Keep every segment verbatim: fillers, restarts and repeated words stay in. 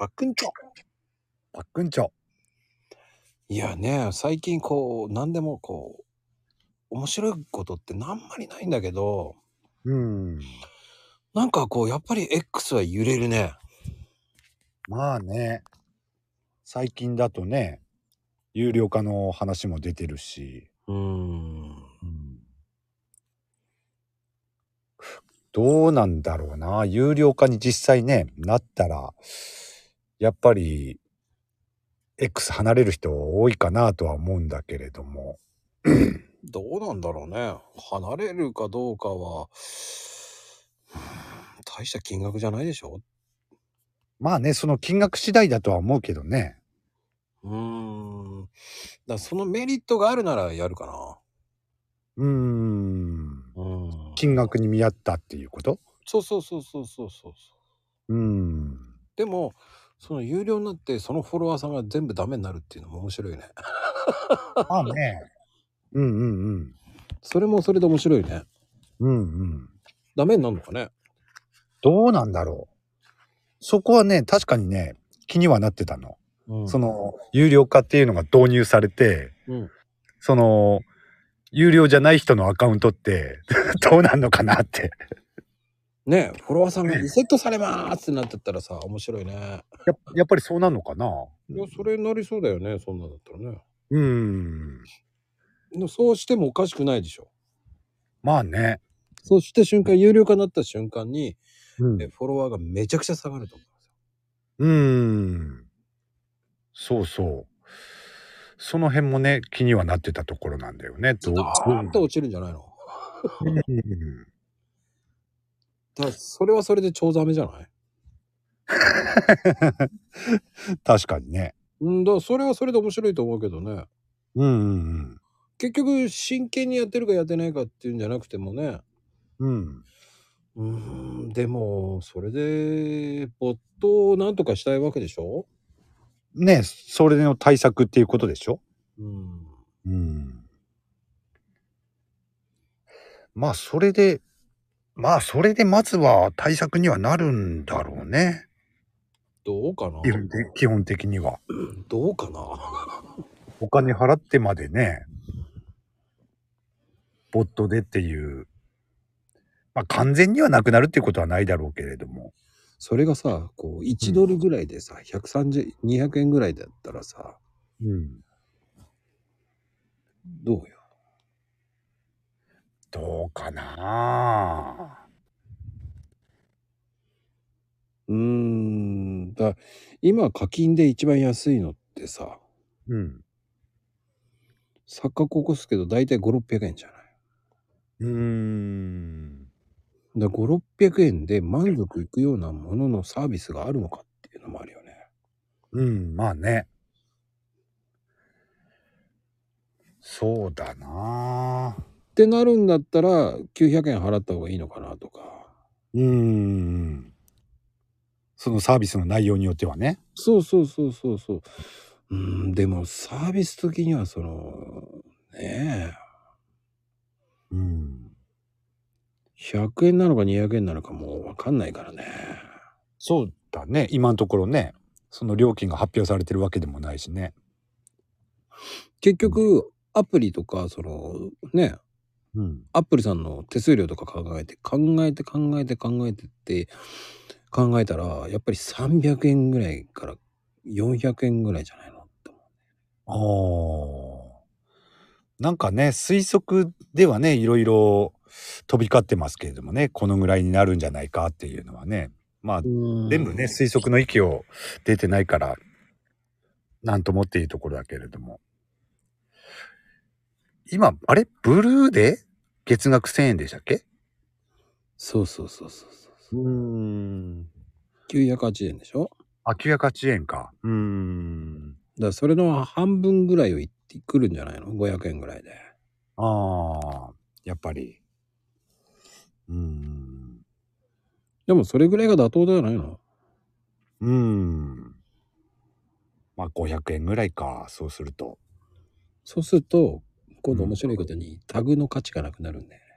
パックンチョ。 パックンチョ。 いやね、最近こう、何でもこう、面白いことってあんまりないんだけど、 うん。 なんかこう、やっぱり X は揺れるね。 まあね、最近だとね、有料化の話も出てるし。 うーん。 うん、どうなんだろうな。有料化に実際ね、なったら、やっぱり X 離れる人多いかなとは思うんだけれども。 どうなんだろうね。離れるかどうかは、大した金額じゃないでしょ。 まあね、その金額次第だとは思うけどね。 うーん。だそのメリットがあるならやるかな。 うーん。 うん。 金額に見合ったっていうこと？ そうそうそうそうそうそう。 うーん。 でも、その有料になってそのフォロワーさんが全部ダメになるっていうのも面白いね。 まあね。うんうんうん。 それもそれで面白いね。 うんうん。 ダメになるのかね。 どうなんだろう。そこはね、確かにね、気にはなってたの。 うん。 その、有料化っていうのが導入されて、 うん。 その、有料じゃない人のアカウントってどうなんのかなって。 ねえ、フォロワーさんがね、 リセットされますってなってったらさ、面白いね。 ややっぱりそうなんのかな。 いや、それになりそうだよね、そんなんだったらね。 うーん。 でそうしてもおかしくないでしょ。 まあね。 そして瞬間、有料化になった瞬間に、 うん。 えフォロワーがめちゃくちゃ下がると思うんですよ。 うーん。そうそう。その辺もね、気にはなってたところなんだよね。 ズドどう、 ーンと落ちるんじゃないの。 うん。 だからそれはそれで超ザメじゃない。 確かにね。 うん、だからそれはそれで面白いと思うけどね。 うんうん結局真剣にやってるかやってないかっていうんじゃなくてもね。 うん。うん。 うーん、でもそれでボットをなんとかしたいわけでしょ。 ね、それの対策っていうことでしょ？ うん。 うん。まあ、それでまあ、それでまずは対策にはなるんだろうね。 どうかな。 基本的基本的には。 どうかな。 お金払ってまでね、ボットでっていう、まあ、完全にはなくなるっていうことはないだろうけれども。 それがさ、こういちうん。 ドルぐらいでさ、ひゃくさんじゅう、にひゃくえんぐらいだったらさ、 うん。 どうよ。 どうかな。 うーん、だ今課金で一番安いのってさ、 うん。 錯覚起こすけど大体ご、ろっぴゃくえんじゃない。 うーん。 だご、ろっぴゃくえんで満足いくようなもののサービスがあるのかっていうのもあるよね。 うん、まあね。そうだな。 ってなるんだったらきゅうひゃくえん払った方がいいのかなとか。 うーん。そのサービスの内容によってはね。 そうそうそうそうそう。うーん、でもサービス的にはその、ねえ、 うん。 ひゃくえんなのかにひゃくえんなのかもうわかんないからね。 そうだね。今のところね、その料金が発表されてるわけでもないしね。 結局アプリとかそのね、 うん。 アップルさんの手数料とか考えて考えて考えて考えてって考えたらやっぱりさんびゃくえんぐらいからよんひゃくえんぐらいじゃないのって思ああ。なんかね、推測ではね、いろいろ飛び交ってますけれどもね、このぐらいになるんじゃないかっていうのはね。まあ、 う。うーん。 全部ね、推測の域を出てないから、なんともっていうところだけれども。今、あれブルーで月額せんえんでしたっけ？ そうそうそうそうそう。 うーん。 きゅうひゃくはちえんでしょ。 あ、きゅうひゃくはちじゅうえんか。うーん。 だからそれの半分ぐらいをいってくるんじゃないの？ ごひゃく 円ぐらいで。 ああ、やっぱり。うーん。 でもそれぐらいが妥当ではないの？ うーん。まあ、ごひゃくえんぐらいか、そうすると。 そうすると、今うん。 度面白いことにタグの価値がなくなるんだよね。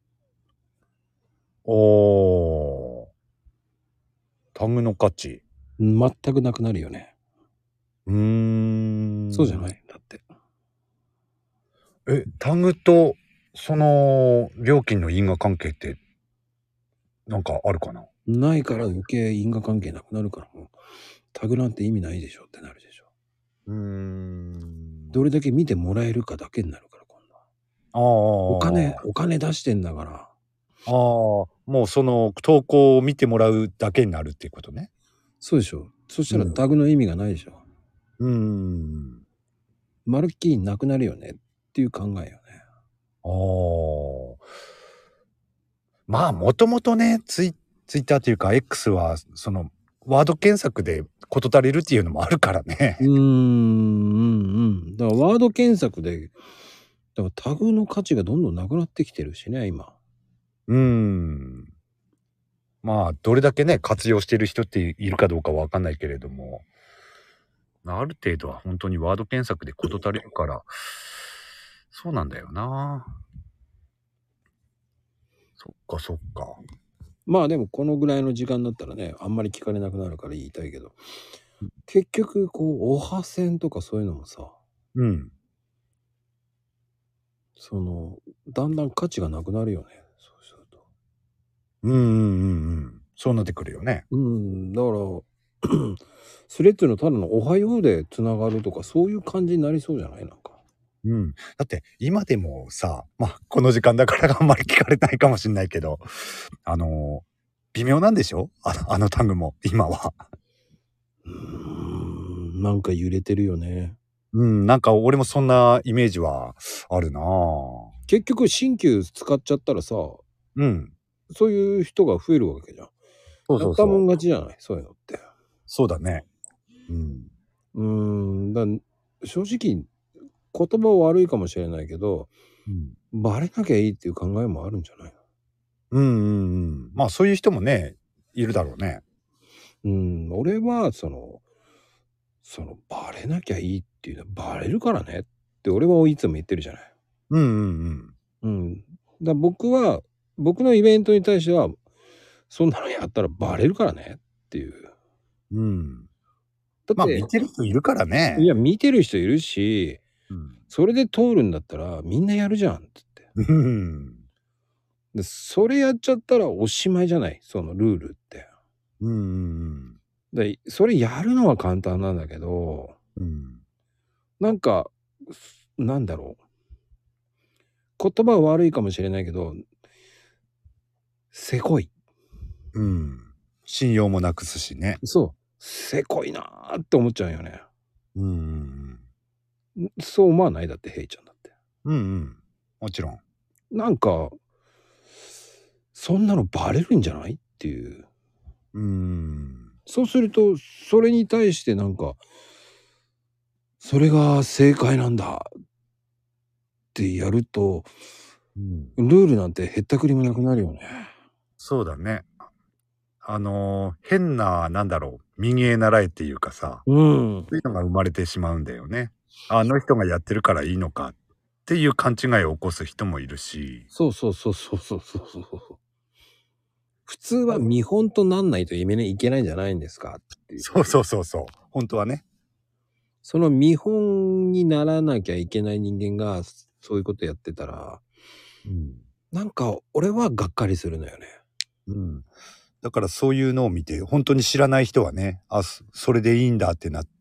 おー。タグの価値。 全くなくなるよね。 うーん。 そうじゃない？だって。 え、タグとその料金の因果関係ってなんかあるかな？ ないから余計因果関係なくなるから、もうタグなんて意味ないでしょってなるでしょ。 うーん。 どれだけ見てもらえるかだけになるから、今度は。 ああ、 お金、 あお金出してんだから。 あ、ああ、もうその投稿を見てもらうだけになるっていうことね。 そうでしょ。そしたらうん。 タグの意味がないでしょ。 うーん。 まるっきりなくなるよねっていう考えよね。 ああ。まあ、もともとね、ツイツイッターというか X は、その、ワード検索で事足りるっていうのもあるからね。 うーん、うんうん。だからワード検索で、だからタグの価値がどんどんなくなってきてるしね、今。 うーん。まあ、どれだけね、活用してる人っているかどうかわかんないけれども、ある程度は本当にワード検索で事足りるから、そうなんだよな。そっかそっか。 まあでもこのぐらいの時間だったらね、あんまり聞かれなくなるから言いたいけど、結局こう、おは線とかそういうのもさ、 うん。 その、だんだん価値がなくなるよね。そうすると。 うんうんうんうん。そうなってくるよね。 うん、だからスレッズのただのおはようでつながるとかそういう感じになりそうじゃない？なんか。 うん。だって今でもさ、まあ、この時間だからあんまり聞かれないかもしんないけど、あの、微妙なんでしょ？あのあのタグも、今は。 うーん、なんか揺れてるよね。 うん、なんか俺もそんなイメージはあるな。 結局新旧使っちゃったらさ、 うん。 そういう人が増えるわけじゃん。 そうやったもんそうそう。 勝ちじゃない？そういうのって。 そうだね。うん。 うーん、だ正直言葉は悪いかもしれないけど、 うん。 バレなきゃいいっていう考えもあるんじゃないの？ うんうんうん。まあ、そういう人もね、いるだろうね。 うん、俺はその、そのバレなきゃいいっていうのはバレるからねって俺はいつも言ってるじゃない。 うんうんうん。 うん。だ僕は、僕のイベントに対しては、そんなのやったらバレるからねっていう。 うん。まあ、見だって、 てる人いるからね。 いや、見てる人いるし、 うん。 それで通るんだったらみんなやるじゃんって言って。 うん。 で、それやっちゃったらおしまいじゃない、そのルールって。 うんうんで、それやるのは簡単なんだけど、 うん。うん。 なんか、なんだろう。言葉は悪いかもしれないけど、せこい。 うん。信用もなくすしね。 そう。せこいなーって思っちゃうよね。 うんうんんそう思わない？だってヘイちゃんだって。 うん。うんうん。もちろん。 なんか、そんなのバレるんじゃないっていう。 うーん。 そうすると、それに対してなんか、それが正解なんだってやると、 うん。 ルールなんてへったくりもなくなるよね。 そうだね。あの、変な、なんだろう、右へ習えっていうかさ、 うん。 そういうのが生まれてしまうんだよね。あの人がやってるからいいのかっていう勘違いを起こす人もいるし。 そうそうそうそうそうそうそう。普通は見本となんないといけないいけないんじゃないんですかっていう。 そうそうそうそう。本当はね。 その見本にならなきゃいけない人間がそういうことやってたら、 うん。 なんか俺はがっかりするのよね。 うん。だからそういうのを見て、本当に知らない人はね、あ、そそれでいいんだってなって、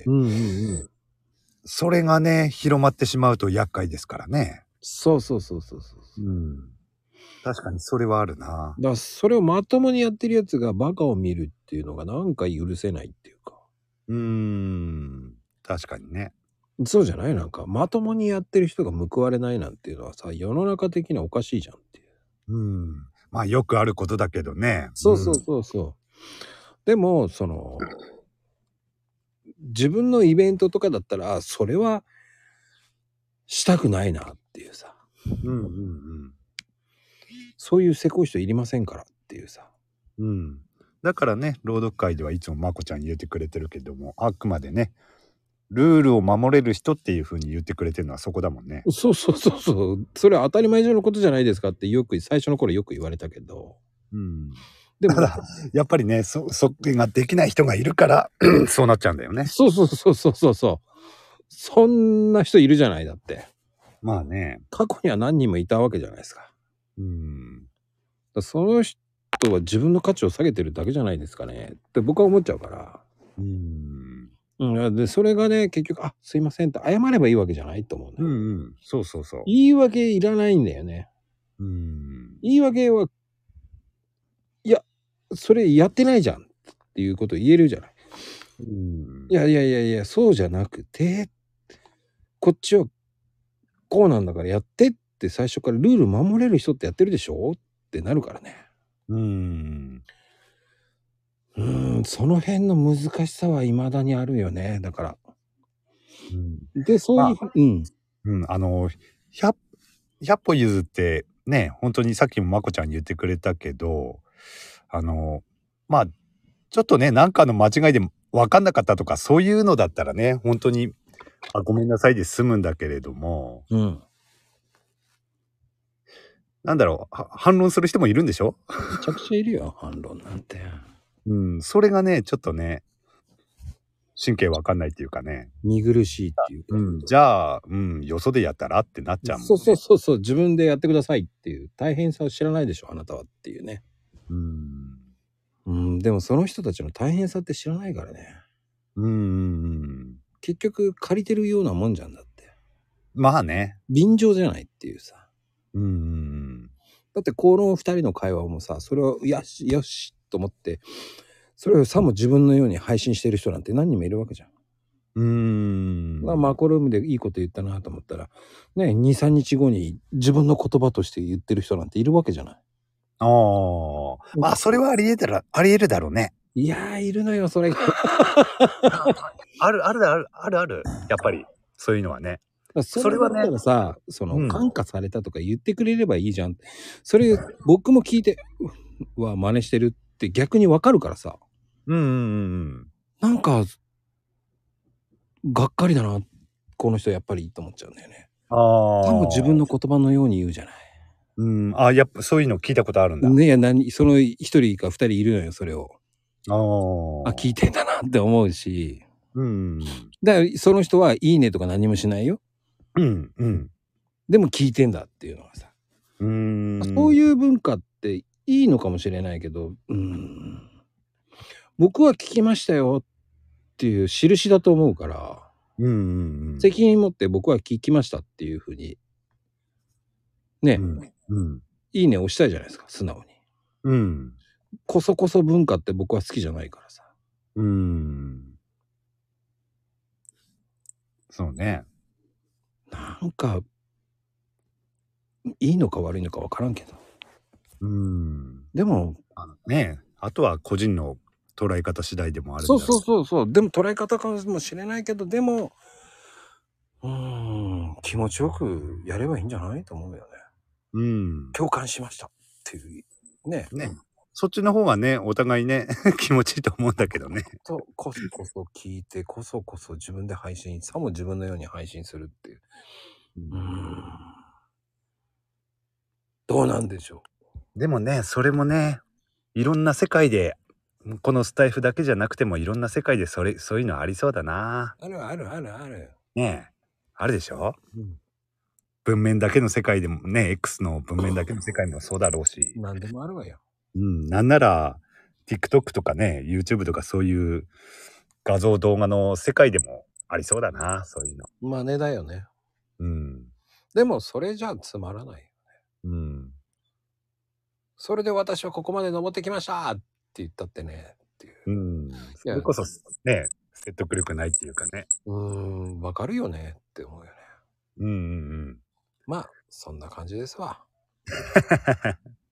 うんうんうん。 それがね、広まってしまうと厄介ですからね。 そうそうそうそうそう。 うん。確かにそれはあるな。 だからそれをまともにやってるやつがバカを見るっていうのがなんか許せないっていうか。 うーん。確かにね。 そうじゃない？なんかまともにやってる人が報われないなんていうのはさ、世の中的にはおかしいじゃんっていう。 うん。まあよくあることだけどね。 そうそうそうそう。でも、その、自分のイベントとかだったら、それはしたくないなっていうさ。 うんうんうんそういうせこい人いりませんからっていうさ。 うん。だからね、朗読会ではいつもまこちゃん入れてくれてるけども、あくまでね、ルールを守れる人っていう風に言ってくれてるのはそこだもんね。 そうそうそうそう。それは当たり前上のことじゃないですかってよく、最初の頃よく言われたけど。 うん。 でも、 ただ、やっぱりね、そ、それができない人がいるから、そうなっちゃうんだよね。 そうそうそうそうそうそう。そんな人いるじゃない、だって。 まあね。 過去には何人もいたわけじゃないですか。 うん。 だその人は自分の価値を下げてるだけじゃないですかねって僕は思っちゃうから。 うん。 うん、で、それがね、結局、あ、すいませんって謝ればいいわけじゃないと思うね。 うんうん。そうそうそう。 言い訳いらないんだよね。 うん。 言い訳は、いや、それやってないじゃんっていうことを言えるじゃない。 うん。 いやいやいやいや、そうじゃなくて、こっちはこうなんだからやってって最初からルール守れる人ってやってるでしょってなるからね。 うん。 うーん、その辺の難しさは未だにあるよね。だから。 うん。 で、そういう、 まあ、 うん。 うん、あの、ひゃく、ひゃっぽ譲ってね、本当にさっきもまこちゃんに言ってくれたけど、あの、まあ、ちょっとね、なんかの間違いで分かんなかったとか、そういうのだったらね、本当に、あ、ごめんなさいで済むんだけれども、 うん。 なんだろう、は反論する人もいるんでしょ？ めちゃくちゃいるよ、反論なんて。 うん、それがね、ちょっとね、神経わかんないっていうかね。 見苦しいっていうか。 うん、じゃあ、うん、よそでやったらってなっちゃうもんね。 そうそうそうそう、自分でやってくださいっていう大変さを知らないでしょ、あなたはっていうね。 うん。 うん、でもその人たちの大変さって知らないからね。 うんうんうん。 結局借りてるようなもんじゃんだって。 まあね。 便乗じゃないっていうさ。 うんうんうん。 だってこの二人の会話もさ、それをよしよしと思って、それをさも自分のように配信してる人なんて何人もいるわけじゃん。 うーん。 まあ、マコルームでいいこと言ったなと思ったら、ね、に、さんにちごに自分の言葉として言ってる人なんているわけじゃない。 ああ。まあ、それはあり得たら、あり得るだろうね。 いやー、いるのよ、それが。 ある、ある、ある、ある、ある。やっぱり、そういうのはね。 それだったらさ、その、 うん。 感化されたとか言ってくれればいいじゃん。それ、僕も聞いて、うわ、真似してるって逆にわかるからさ。 うんうんうんうん。 なんか、がっかりだな、この人やっぱりと思っちゃうんだよね。 あ多分自分あ。 の言葉のように言うじゃない。 うん。あ、やっぱそういうの聞いたことあるんだ。 ねえ、何、その一人か二人いるのよ、それを。 ああ、聞いてんだなって思うし。 あ。うん。 だからその人はいいねとか何もしないよ。 うんうん。 でも聞いてんだっていうのはさ。 うーん。 そういう文化っていいのかもしれないけど、うーん。僕は聞きましたよっていう印だと思うから、 うんうんうん。 責任持って僕は聞きましたっていうふうに、ね、 うん。うん。 いいね押したいじゃないですか、素直に。 うん。 こそこそ文化って僕は好きじゃないからさ。 うーん。そうね。 なんか、いいのか悪いのかわからんけど。 うーん。 でも、 あのね、あとは個人の捉え方次第でもあるんそうそうだろう。 そうそう。でも捉え方かもしれないけど、でも、うーん、気持ちよくやればいいんじゃないと思うよね。 うん。 共感しましたっていう。ね。 ね。そっちの方がね、お互いね、気持ちいいと思うんだけどね。 と、こそこそ聞いて、こそこそ自分で配信、さも自分のように配信するっていう。 ううーん。どうなんでしょでもね、それもね、いろんな世界で、このスタイフだけじゃなくてもいろんな世界でそれ、そういうのありそうだな。 う。あるあるあるある。 ねえ。あるでしょ？ うん。 文面だけの世界でもね、X の文面だけの世界もそうだろうし。 何でもあるわよ。 うん、なんなら TikTok とかね、YouTube とかそういう画像動画の世界でもありそうだな、そういうの。 真似だよね。 うん。 でもそれじゃつまらない。 うん。 それで私はここまで登ってきましたって言ったってね、っていう。 うん。 いや、 それこそね、説得力ないっていうかね。 うーん、わかるよねって思うよね。 うんうんうん。 まあ、そんな感じですわ。